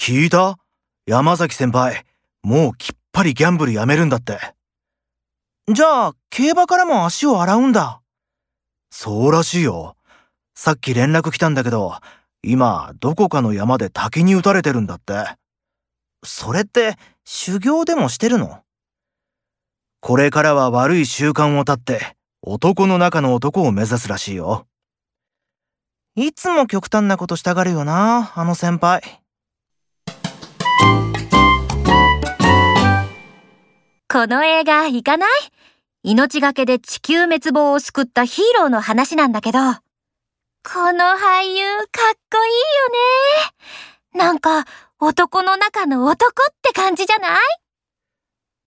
聞いた？山崎先輩、もうきっぱりギャンブルやめるんだって。じゃあ、競馬からも足を洗うんだ。そうらしいよ。さっき連絡来たんだけど、今、どこかの山で滝に打たれてるんだって。それって、修行でもしてるの？これからは悪い習慣を断って、男の中の男を目指すらしいよ。いつも極端なことしたがるよな、あの先輩。 この映画行かない？命がけで地球滅亡を救ったヒーローの話なんだけど。この俳優かっこいいよね。なんか男の中の男って感じじゃない？